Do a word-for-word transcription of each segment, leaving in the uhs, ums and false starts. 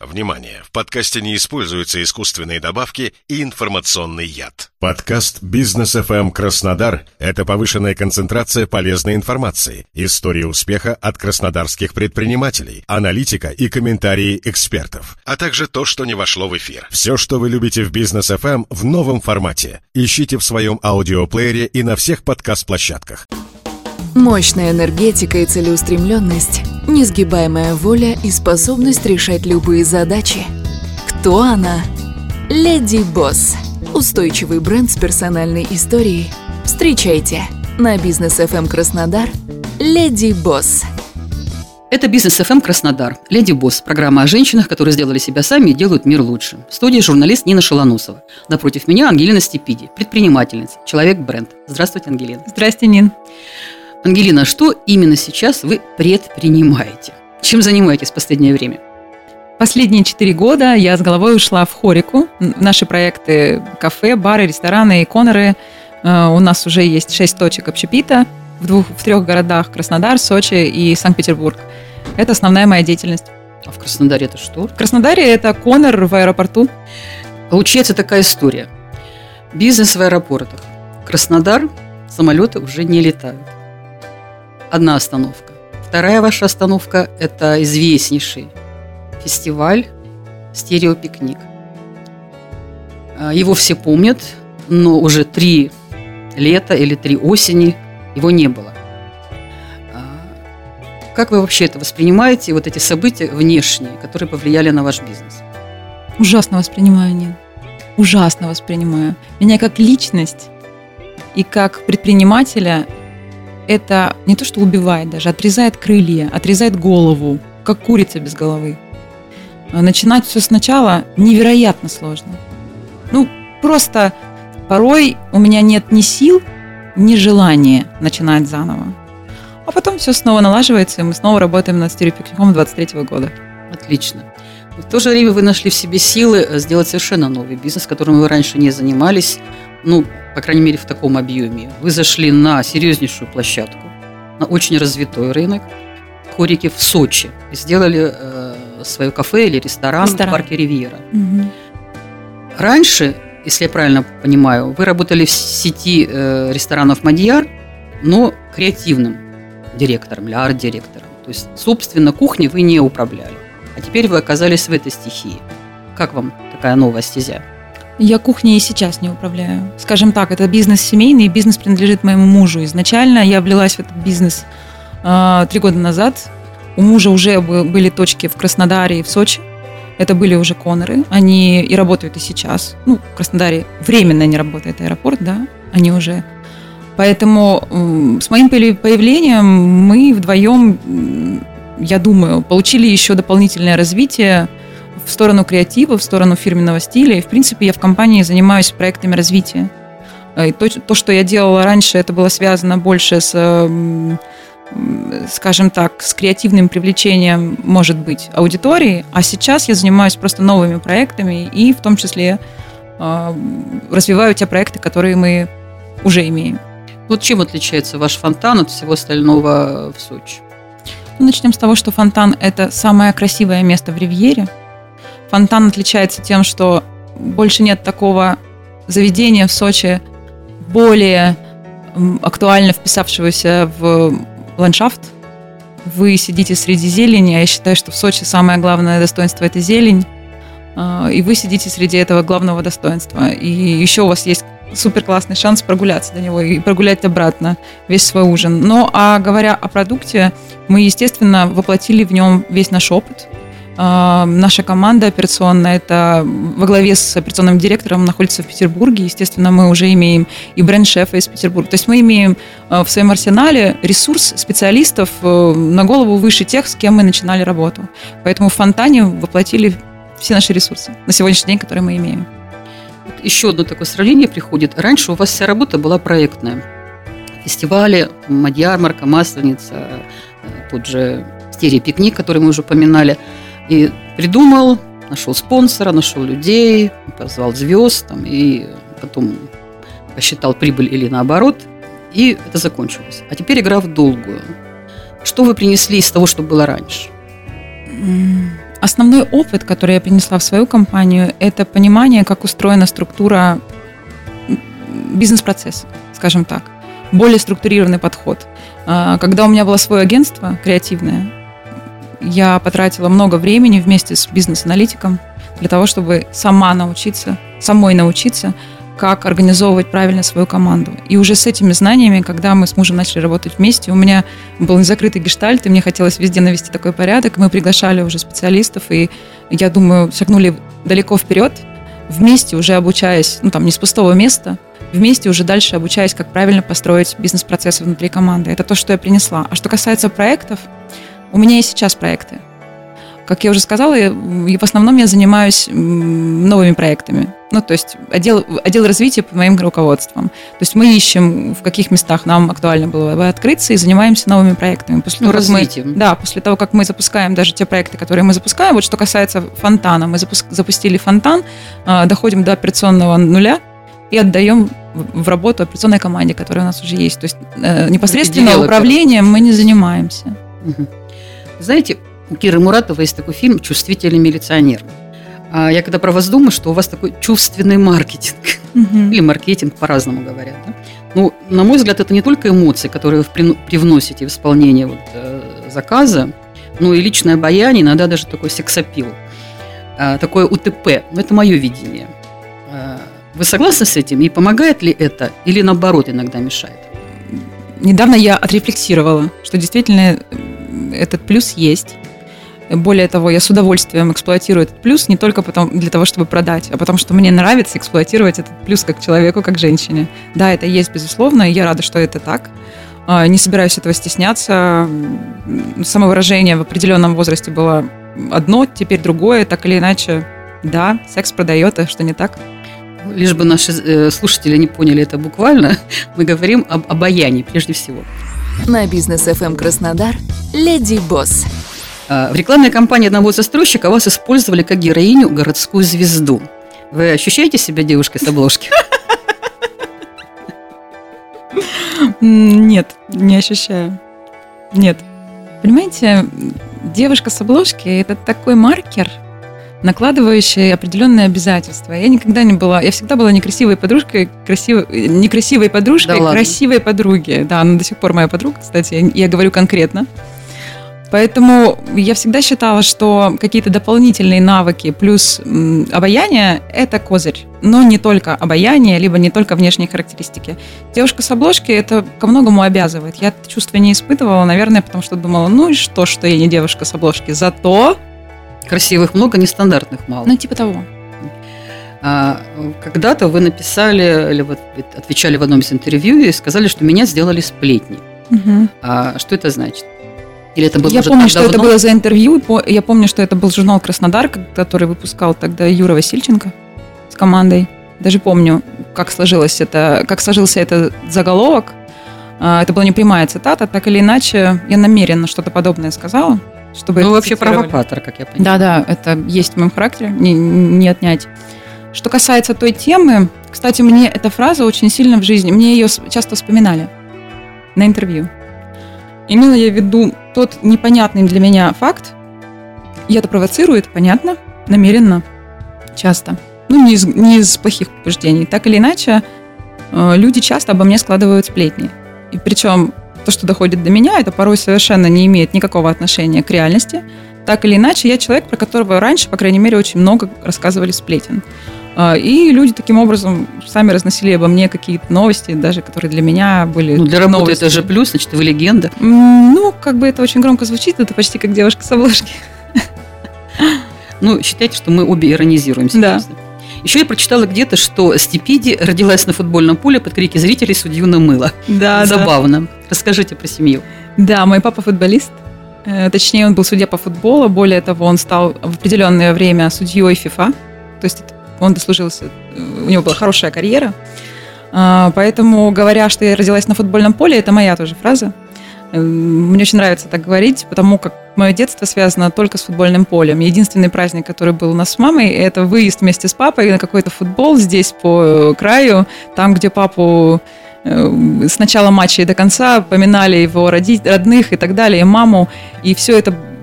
Внимание! В подкасте не используются искусственные добавки и информационный яд. Подкаст «Бизнес эф эм Краснодар» — это повышенная концентрация полезной информации, истории успеха от краснодарских предпринимателей, аналитика и комментарии экспертов, А также то, что не вошло в эфир. все, что вы любите в «Бизнес эф эм» в новом формате. Ищите в своем аудиоплеере и на всех подкаст-площадках. Мощная энергетика и целеустремленность, несгибаемая воля и способность решать любые задачи. Кто она? Леди Босс. Устойчивый бренд с персональной историей. Встречайте на Бизнес эф эм Краснодар Леди Босс. Это Бизнес эф эм Краснодар. Леди Босс. Программа о женщинах, которые сделали себя сами и делают мир лучше. В студии журналист Нина Шалоносова. Напротив меня Ангелина Степиди, предпринимательница, человек-бренд. Здравствуйте, Ангелина. Здрасте, Нин. Ангелина, что именно сейчас вы предпринимаете? Чем занимаетесь в последнее время? Последние четыре года я с головой ушла в хорику. Наши проекты кафе, бары, рестораны и коноры. У нас уже есть шесть точек общепита в, двух, в трех городах: Краснодар, Сочи и Санкт-Петербург. Это основная моя деятельность. А в Краснодаре это что? В Краснодаре это конор в аэропорту. Получается такая история. Бизнес в аэропортах. Краснодар, самолеты уже не летают. Одна остановка. Вторая ваша остановка – это известнейший фестиваль «Стереопикник». Его все помнят, но уже три лета или три осени его не было. Как вы вообще это воспринимаете, вот эти события внешние, которые повлияли на ваш бизнес? Ужасно воспринимаю, Нин. Ужасно воспринимаю. Меня как личность и как предпринимателя это не то, что убивает даже, отрезает крылья, отрезает голову, как курица без головы. Начинать все сначала невероятно сложно. Ну, просто порой у меня нет ни сил, ни желания начинать заново. А потом все снова налаживается, и мы снова работаем над стереопикником двадцать третьего года. Отлично. В то же время вы нашли в себе силы сделать совершенно новый бизнес, которым вы раньше не занимались, ну, по крайней мере, в таком объеме. Вы зашли на серьезнейшую площадку, на очень развитой рынок, хорики в Сочи, и сделали э, свое кафе или ресторан, ресторан в парке Ривьера. Угу. Раньше, если я правильно понимаю, вы работали в сети э, ресторанов «Мадьяр», но креативным директором или арт-директором. То есть, собственно, кухней вы не управляли. А теперь вы оказались в этой стихии. Как вам такая новая стезя? Я кухней и сейчас не управляю. Скажем так, это бизнес семейный, и бизнес принадлежит моему мужу. Изначально я влилась в этот бизнес э, три года назад. У мужа уже были точки в Краснодаре и в Сочи. Это были уже коноры. Они и работают и сейчас. Ну, в Краснодаре временно не работает аэропорт, да, они уже. Поэтому э, с моим появлением мы вдвоем, я думаю, получили еще дополнительное развитие в сторону креатива, в сторону фирменного стиля. И, в принципе, я в компании занимаюсь проектами развития. И то, то, что я делала раньше, это было связано больше с, скажем так, с креативным привлечением, может быть, аудитории. А сейчас я занимаюсь просто новыми проектами и в том числе развиваю те проекты, которые мы уже имеем. Вот чем отличается ваш фонтан от всего остального в Сочи? Ну, начнем с того, что фонтан – это самое красивое место в Ривьере. Фонтан отличается тем, что больше нет такого заведения в Сочи, более актуально вписавшегося в ландшафт. Вы сидите среди зелени, а я считаю, что в Сочи самое главное достоинство – это зелень. И вы сидите среди этого главного достоинства. И еще у вас есть супер классный шанс прогуляться до него и прогулять обратно весь свой ужин. Ну, а говоря о продукте, мы, естественно, воплотили в нем весь наш опыт. Наша команда операционная, это во главе с операционным директором, находится в Петербурге. Естественно, мы уже имеем и бренд-шефа из Петербурга. То есть мы имеем в своем арсенале ресурс специалистов на голову выше тех, с кем мы начинали работу. Поэтому в фонтане воплотили все наши ресурсы на сегодняшний день, которые мы имеем. Еще одно такое сравнение приходит. Раньше у вас вся работа была проектная. Фестивали, Мадьяр, Марка Масленица, тот же стереопикник, который мы уже упоминали. И придумал, нашел спонсора, нашел людей, позвал звезд, там, и потом посчитал прибыль или наоборот, и это закончилось. А теперь игра в долгую. Что вы принесли из того, что было раньше? Основной опыт, который я принесла в свою компанию, это понимание, как устроена структура бизнес-процесса, скажем так. Более структурированный подход. Когда у меня было свое агентство креативное, я потратила много времени вместе с бизнес-аналитиком для того, чтобы сама научиться, самой научиться, как организовывать правильно свою команду. И уже с этими знаниями, когда мы с мужем начали работать вместе, у меня был незакрытый гештальт, и мне хотелось везде навести такой порядок. Мы приглашали уже специалистов, и, я думаю, шагнули далеко вперед, вместе уже обучаясь, ну там не с пустого места, вместе уже дальше обучаясь, как правильно построить бизнес-процессы внутри команды. Это то, что я принесла. А что касается проектов, у меня и сейчас проекты. Как я уже сказала, я, в основном я занимаюсь новыми проектами. Ну, то есть отдел, отдел развития под моим руководством. То есть мы ищем, в каких местах нам актуально было бы открыться, и занимаемся новыми проектами. После ну, того, развитием. Мы, да, после того, как мы запускаем даже те проекты, которые мы запускаем. Вот что касается фонтана. Мы запуск, запустили фонтан, э, доходим до операционного нуля и отдаем в работу операционной команде, которая у нас уже есть. То есть э, непосредственно управлением мы не занимаемся. Угу. Знаете, у Киры Муратовой есть такой фильм «Чувствительный милиционер». А я когда про вас думаю, что у вас такой чувственный маркетинг. Mm-hmm. Или маркетинг, по-разному говорят. Да? Ну, на мой взгляд, это не только эмоции, которые вы привносите в исполнение вот, э, заказа, но и личное обаяние, иногда даже такой секс-аппил. Э, такое УТП. Но это мое видение. Э, вы согласны с этим? И помогает ли это? Или наоборот иногда мешает? Недавно я отрефлексировала, что действительно этот плюс есть. Более того, я с удовольствием эксплуатирую этот плюс не только потому, для того, чтобы продать, а потому что мне нравится эксплуатировать этот плюс как человеку, как женщине. Да, это есть, безусловно, и я рада, что это так. Не собираюсь этого стесняться. Самовыражение в определенном возрасте было одно, теперь другое. Так или иначе, да, секс продает, а что не так? Лишь бы наши слушатели не поняли это буквально, мы говорим об обаянии прежде всего. На Бизнес эф эм Краснодар «Леди Босс». В рекламной кампании одного застройщика вас использовали как героиню городскую звезду. Вы ощущаете себя девушкой с обложки? Нет, не ощущаю. Нет. Понимаете, девушка с обложки – это такой маркер, накладывающий определенные обязательства. Я никогда не была, я всегда была некрасивой подружкой, красивой, некрасивой подружкой, да красивой подруги. Да, она до сих пор моя подруга, кстати, я, я говорю конкретно. Поэтому я всегда считала, что какие-то дополнительные навыки плюс м, обаяние – это козырь. Но не только обаяние, либо не только внешние характеристики. Девушка с обложки – это ко многому обязывает. Я это чувство не испытывала, наверное, потому что думала, ну и что, что я не девушка с обложки. Зато… Красивых много, нестандартных мало. Ну, типа того. А, когда-то вы написали, или вот отвечали в одном из интервью и сказали, что меня сделали сплетни. Угу. А что это значит? Или это было я помню, что давно? Это было за интервью. Я помню, что это был журнал «Краснодар», который выпускал тогда Юра Васильченко с командой. Даже помню, как, сложилось это, как сложился этот заголовок. Это была не прямая цитата. Так или иначе, я намеренно что-то подобное сказала. Чтобы ну, вообще провокатор, как я понимаю. Да-да, это есть в моем характере, не, не отнять. Что касается той темы, кстати, мне эта фраза очень сильно в жизни, мне ее часто вспоминали на интервью. Имела я в виду тот непонятный для меня факт, и это провоцирует, понятно, намеренно, часто. Ну, не из, не из плохих побуждений. Так или иначе, люди часто обо мне складывают сплетни. И причем то, что доходит до меня, это порой совершенно не имеет никакого отношения к реальности. Так или иначе, я человек, про которого раньше, по крайней мере, очень много рассказывали сплетен. И люди таким образом сами разносили обо мне какие-то новости, даже которые для меня были Ну, для работы новости. Это же плюс, значит, вы легенда. Ну, как бы это очень громко звучит, это почти как девушка с обложки. Ну, считайте, что мы обе иронизируем сейчас. Да. Еще я прочитала где-то, что Степиди родилась на футбольном поле под крики зрителей «Судью намыло». Да, забавно. Да. Расскажите про семью. Да, мой папа футболист. Точнее, он был судья по футболу. Более того, он стал в определенное время судьей ФИФА. То есть он дослужился, у него была хорошая карьера. Поэтому, говоря, что я родилась на футбольном поле, это моя тоже фраза. Мне очень нравится так говорить, потому как мое детство связано только с футбольным полем. Единственный праздник, который был у нас с мамой, это выезд вместе с папой на какой-то футбол здесь по краю, там, где папу с начала матча и до конца поминали его родить, родных и так далее, и маму. И все это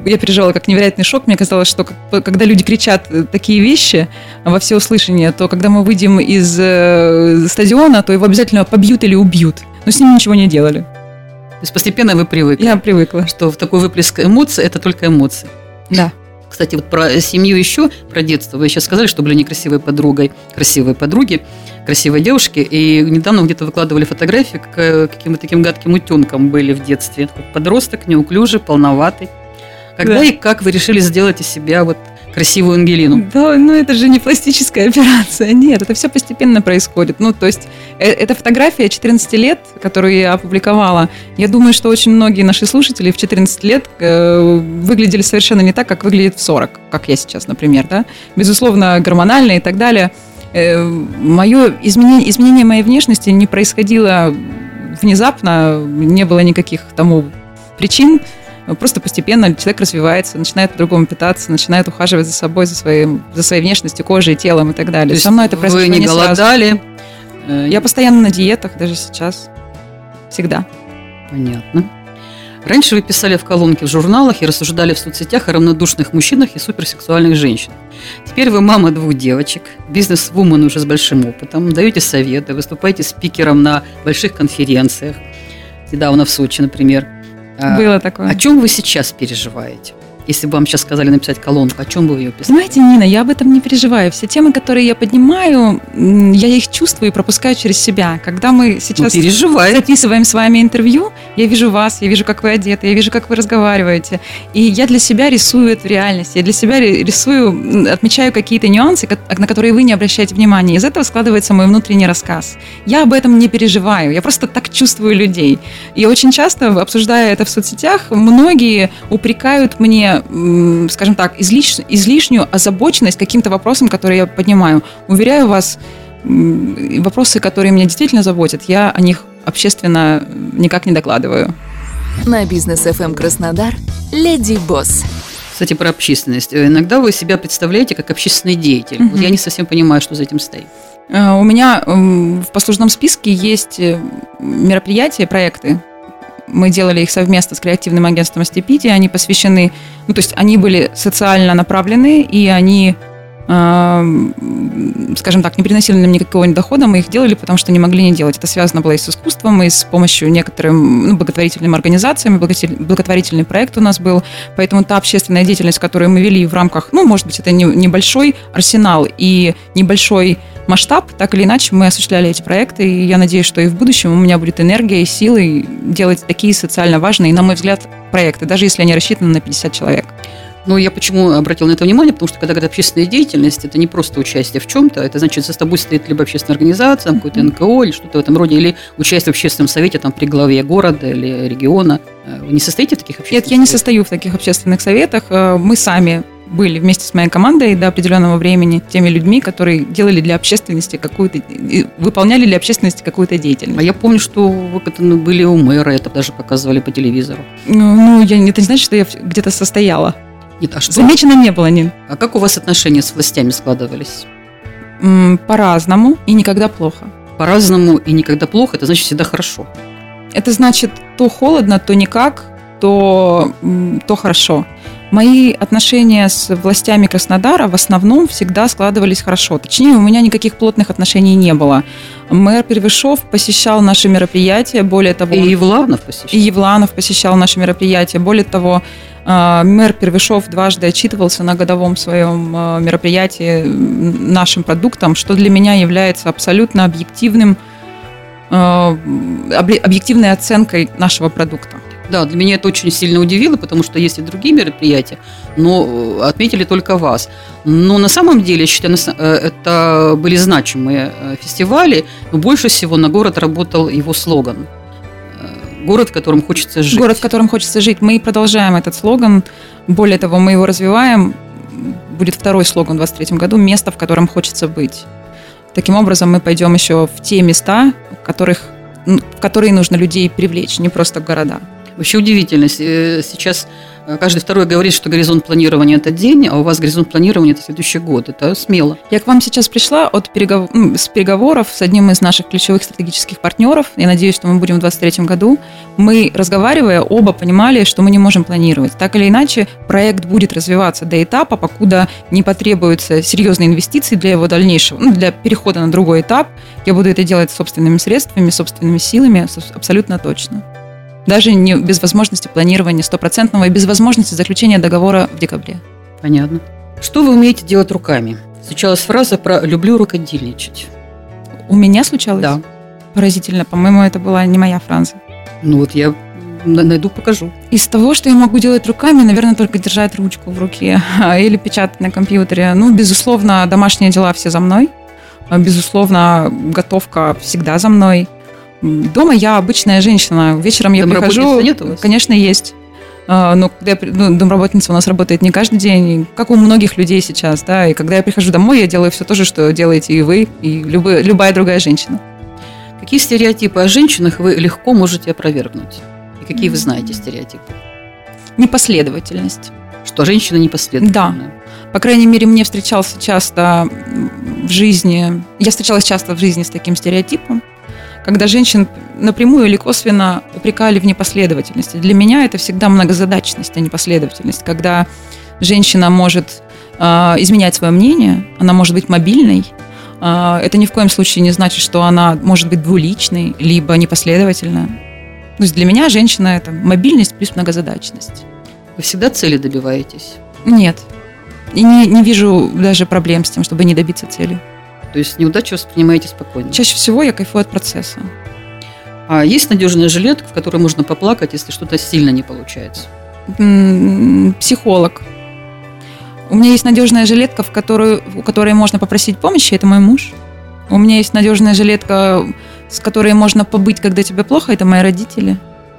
я переживала как невероятный шок. Мне казалось, что когда люди кричат такие вещи во всеуслышание, то когда мы выйдем из стадиона, то его обязательно побьют или убьют. Но с ним ничего не делали. То есть постепенно вы привыкли? Я привыкла. Что в такой выплеск эмоций – это только эмоции. Да. Кстати, вот про семью еще, про детство. Вы сейчас сказали, что были некрасивой подругой, красивой подруги, красивой девушки. И недавно где-то выкладывали фотографии, как, каким-то таким гадким утенком были в детстве. Подросток, неуклюжий, полноватый. Когда да. и как вы решили сделать из себя вот красивую Ангелину? Да, ну это же не пластическая операция. Нет, это все постепенно происходит. Ну, то есть, э- эта фотография четырнадцати лет, которую я опубликовала, я думаю, что очень многие наши слушатели в четырнадцать лет э- выглядели совершенно не так, как выглядит в сорок, как я сейчас, например, да. Безусловно, гормонально и так далее. Э- мое изменение, изменение моей внешности не происходило внезапно, не было никаких тому причин. Просто постепенно человек развивается, начинает по-другому питаться, начинает ухаживать за собой, за, своим, за своей внешностью, кожей, телом и так далее. То Со мной это происходит не, не голодали? Сразу. Я постоянно на диетах, даже сейчас. Всегда. Понятно. Раньше вы писали в колонке в журналах и рассуждали в соцсетях о равнодушных мужчинах и суперсексуальных женщинах. Теперь вы мама двух девочек, бизнес-вумен уже с большим опытом, даете советы, выступаете спикером на больших конференциях. Недавно в Сочи, например. Было такое. О чем вы сейчас переживаете? Если бы вам сейчас сказали написать колонку, о чем бы вы ее писали? Понимаете, Нина, я об этом не переживаю. Все темы, которые я поднимаю, я их чувствую и пропускаю через себя. Когда мы сейчас ну, записываем с вами интервью, я вижу вас, я вижу, как вы одеты, я вижу, как вы разговариваете. И я для себя рисую это в реальности. Я для себя рисую, отмечаю какие-то нюансы, на которые вы не обращаете внимания. Из этого складывается мой внутренний рассказ. Я об этом не переживаю. Я просто так чувствую людей. И очень часто, обсуждая это в соцсетях, многие упрекают мне, скажем так, излиш... излишнюю озабоченность каким-то вопросом, который я поднимаю. Уверяю вас, вопросы, которые меня действительно заботят, я о них общественно никак не докладываю. На Бизнес эф эм Краснодар «Леди Босс». Кстати, про общественность. Иногда вы себя представляете как общественный деятель. Mm-hmm. Вот я не совсем понимаю, что за этим стоит. У меня в послужном списке есть мероприятия, проекты. Мы делали их совместно с креативным агентством Степидия. Они посвящены, ну, то есть они были социально направлены, и они, э, скажем так, не приносили нам никакого дохода. Мы их делали, потому что не могли не делать. Это связано было и с искусством, и с помощью некоторым ну, благотворительным организациям. Благотворительный проект у нас был. Поэтому та общественная деятельность, которую мы вели в рамках, ну, может быть, это небольшой арсенал и небольшой масштаб, так или иначе мы осуществляли эти проекты, и я надеюсь, что и в будущем у меня будет энергия и силы делать такие социально важные, на мой взгляд, проекты, даже если они рассчитаны на пятьдесят человек. Ну, я почему обратила на это внимание, потому что когда говорят общественная деятельность, это не просто участие в чем-то, это значит, за тобой стоит либо общественная организация, какой-то эн ка о или что-то в этом роде, или участие в общественном совете там при главе города или региона. Вы не состоите в таких общественных Нет, я не состою в таких общественных советах. Мы сами были вместе с моей командой до определенного времени теми людьми, которые делали для общественности какую-то, выполняли для общественности какую-то деятельность. А я помню, что вы были у мэра, это даже показывали по телевизору. Ну, ну я, это не значит, что я где-то состояла. Нет, а что? Замечено не было, Нин. А как у вас отношения с властями складывались? М, по-разному и никогда плохо. По-разному и никогда плохо, это значит всегда хорошо. Это значит то холодно, то никак, то, то хорошо. Мои отношения с властями Краснодара в основном всегда складывались хорошо. Точнее, у меня никаких плотных отношений не было. Мэр Первышов посещал наши мероприятия, более того... И Евланов посещал. И Евланов посещал наши мероприятия. Более того, мэр Первышов дважды отчитывался на годовом своем мероприятии нашим продуктом, что для меня является абсолютно объективным, объективной оценкой нашего продукта. Да, для меня это очень сильно удивило, потому что есть и другие мероприятия, но отметили только вас. Но на самом деле, я считаю, это были значимые фестивали, но больше всего на город работал его слоган. Город, в котором хочется жить. Город, в котором хочется жить. Мы продолжаем этот слоган. Более того, мы его развиваем. Будет второй слоган в двадцать третьем году «Место, в котором хочется быть». Таким образом, мы пойдем еще в те места, в, которых, в которые нужно людей привлечь, не просто в города. Вообще удивительно. Сейчас каждый второй говорит, что горизонт планирования – это день, а у вас горизонт планирования – это следующий год. Это смело. Я к вам сейчас пришла от перегов... с переговоров с одним из наших ключевых стратегических партнеров. Я надеюсь, что мы будем в двадцать третьем году. Мы, разговаривая, оба понимали, что мы не можем планировать. Так или иначе, проект будет развиваться до этапа, покуда не потребуются серьезные инвестиции для его дальнейшего, ну, для перехода на другой этап. Я буду это делать собственными средствами, собственными силами, абсолютно точно. Даже не без возможности планирования стопроцентного и без возможности заключения договора в декабре. Понятно. Что вы умеете делать руками? Случалась фраза про «люблю рукодельничать». У меня случалось? Да. Поразительно. По-моему, это была не моя фраза. Ну вот я найду, покажу. Из того, что я могу делать руками, наверное, только держать ручку в руке или печатать на компьютере. Ну, безусловно, домашние дела все за мной. Безусловно, готовка всегда за мной. Дома я обычная женщина. Вечером я прихожу... нет у вас? Конечно, есть. Но когда я, ну, домработница у нас работает не каждый день, как у многих людей сейчас, да. И когда я прихожу домой, я делаю все то же, что делаете и вы, и любая, любая другая женщина. Какие стереотипы о женщинах вы легко можете опровергнуть? И какие вы знаете стереотипы? Непоследовательность. Что женщина непоследовательная? Да. По крайней мере, мне встречался часто в жизни... Я встречалась часто в жизни с таким стереотипом, когда женщин напрямую или косвенно упрекали в непоследовательности. Для меня это всегда многозадачность, а не последовательность. Когда женщина может э, изменять свое мнение, она может быть мобильной, э, это ни в коем случае не значит, что она может быть двуличной, либо непоследовательной. То есть для меня женщина – это мобильность плюс многозадачность. Вы всегда цели добиваетесь? Нет. И не, не вижу даже проблем с тем, чтобы не добиться цели. То есть неудачу воспринимаете спокойно? Чаще всего я кайфую от процесса. А есть надежная жилетка, в которой можно поплакать, если что-то сильно не получается? М-м, психолог. У меня есть надежная жилетка, в которую, у которой можно попросить помощи, это мой муж. У меня есть надежная жилетка, с которой можно побыть, когда тебе плохо, это мои родители.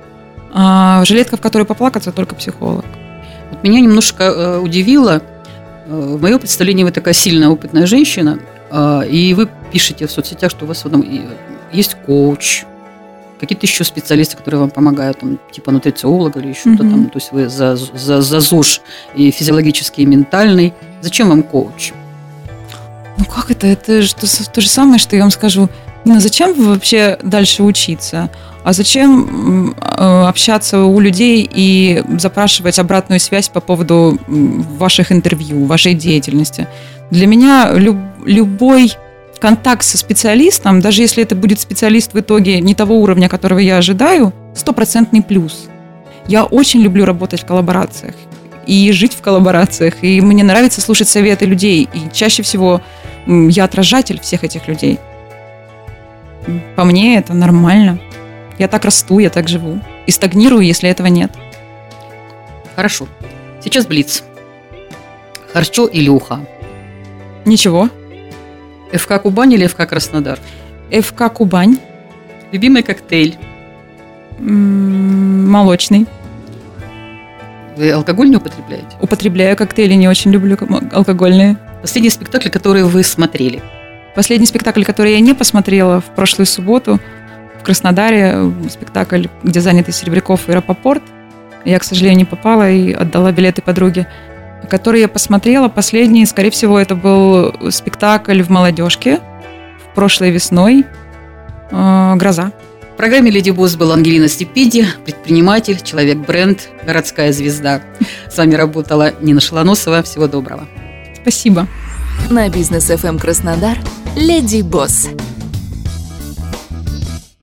А жилетка, в которой поплакаться, только психолог. Вот меня немножко э, удивило. Э, в моем представлении вы такая сильная, опытная женщина, э, и вы пишете в соцсетях, что у вас там есть коуч, какие-то еще специалисты, которые вам помогают, там, типа нутрициолога или еще mm-hmm. что-то там. То есть вы за, за, за ЗОЖ и физиологический, и ментальный. Зачем вам коуч? Ну как это? Это же то, то же самое, что я вам скажу. Ну зачем вообще дальше учиться? А зачем э, общаться у людей и запрашивать обратную связь по поводу ваших интервью, вашей деятельности? Для меня люб, любой контакт со специалистом, даже если это будет специалист в итоге не того уровня, которого я ожидаю, стопроцентный плюс. Я очень люблю работать в коллаборациях и жить в коллаборациях, и мне нравится слушать советы людей, и чаще всего я отражатель всех этих людей. По мне это нормально. Я так расту, я так живу. И стагнирую, если этого нет. Хорошо. Сейчас блиц. Харчо или уха? Ничего. ФК Кубань или ФК Краснодар? ФК Кубань. Любимый коктейль? М-м, молочный. Вы алкоголь не употребляете? Употребляю коктейли, не очень люблю алкогольные. Последний спектакль, который вы смотрели? Последний спектакль, который я не посмотрела в прошлую субботу в Краснодаре, спектакль, где заняты Серебряков и Рапопорт. Я, к сожалению, не попала и отдала билеты подруге. Который я посмотрела, последний, скорее всего, это был спектакль в «Молодежке» в прошлой весной «Гроза». В программе «Леди Босс» была Ангелина Степиди, предприниматель, человек-бренд, городская звезда. С вами работала Нина Шелоносова. Всего доброго. Спасибо. На Бизнес эф эм Краснодар «Леди Босс».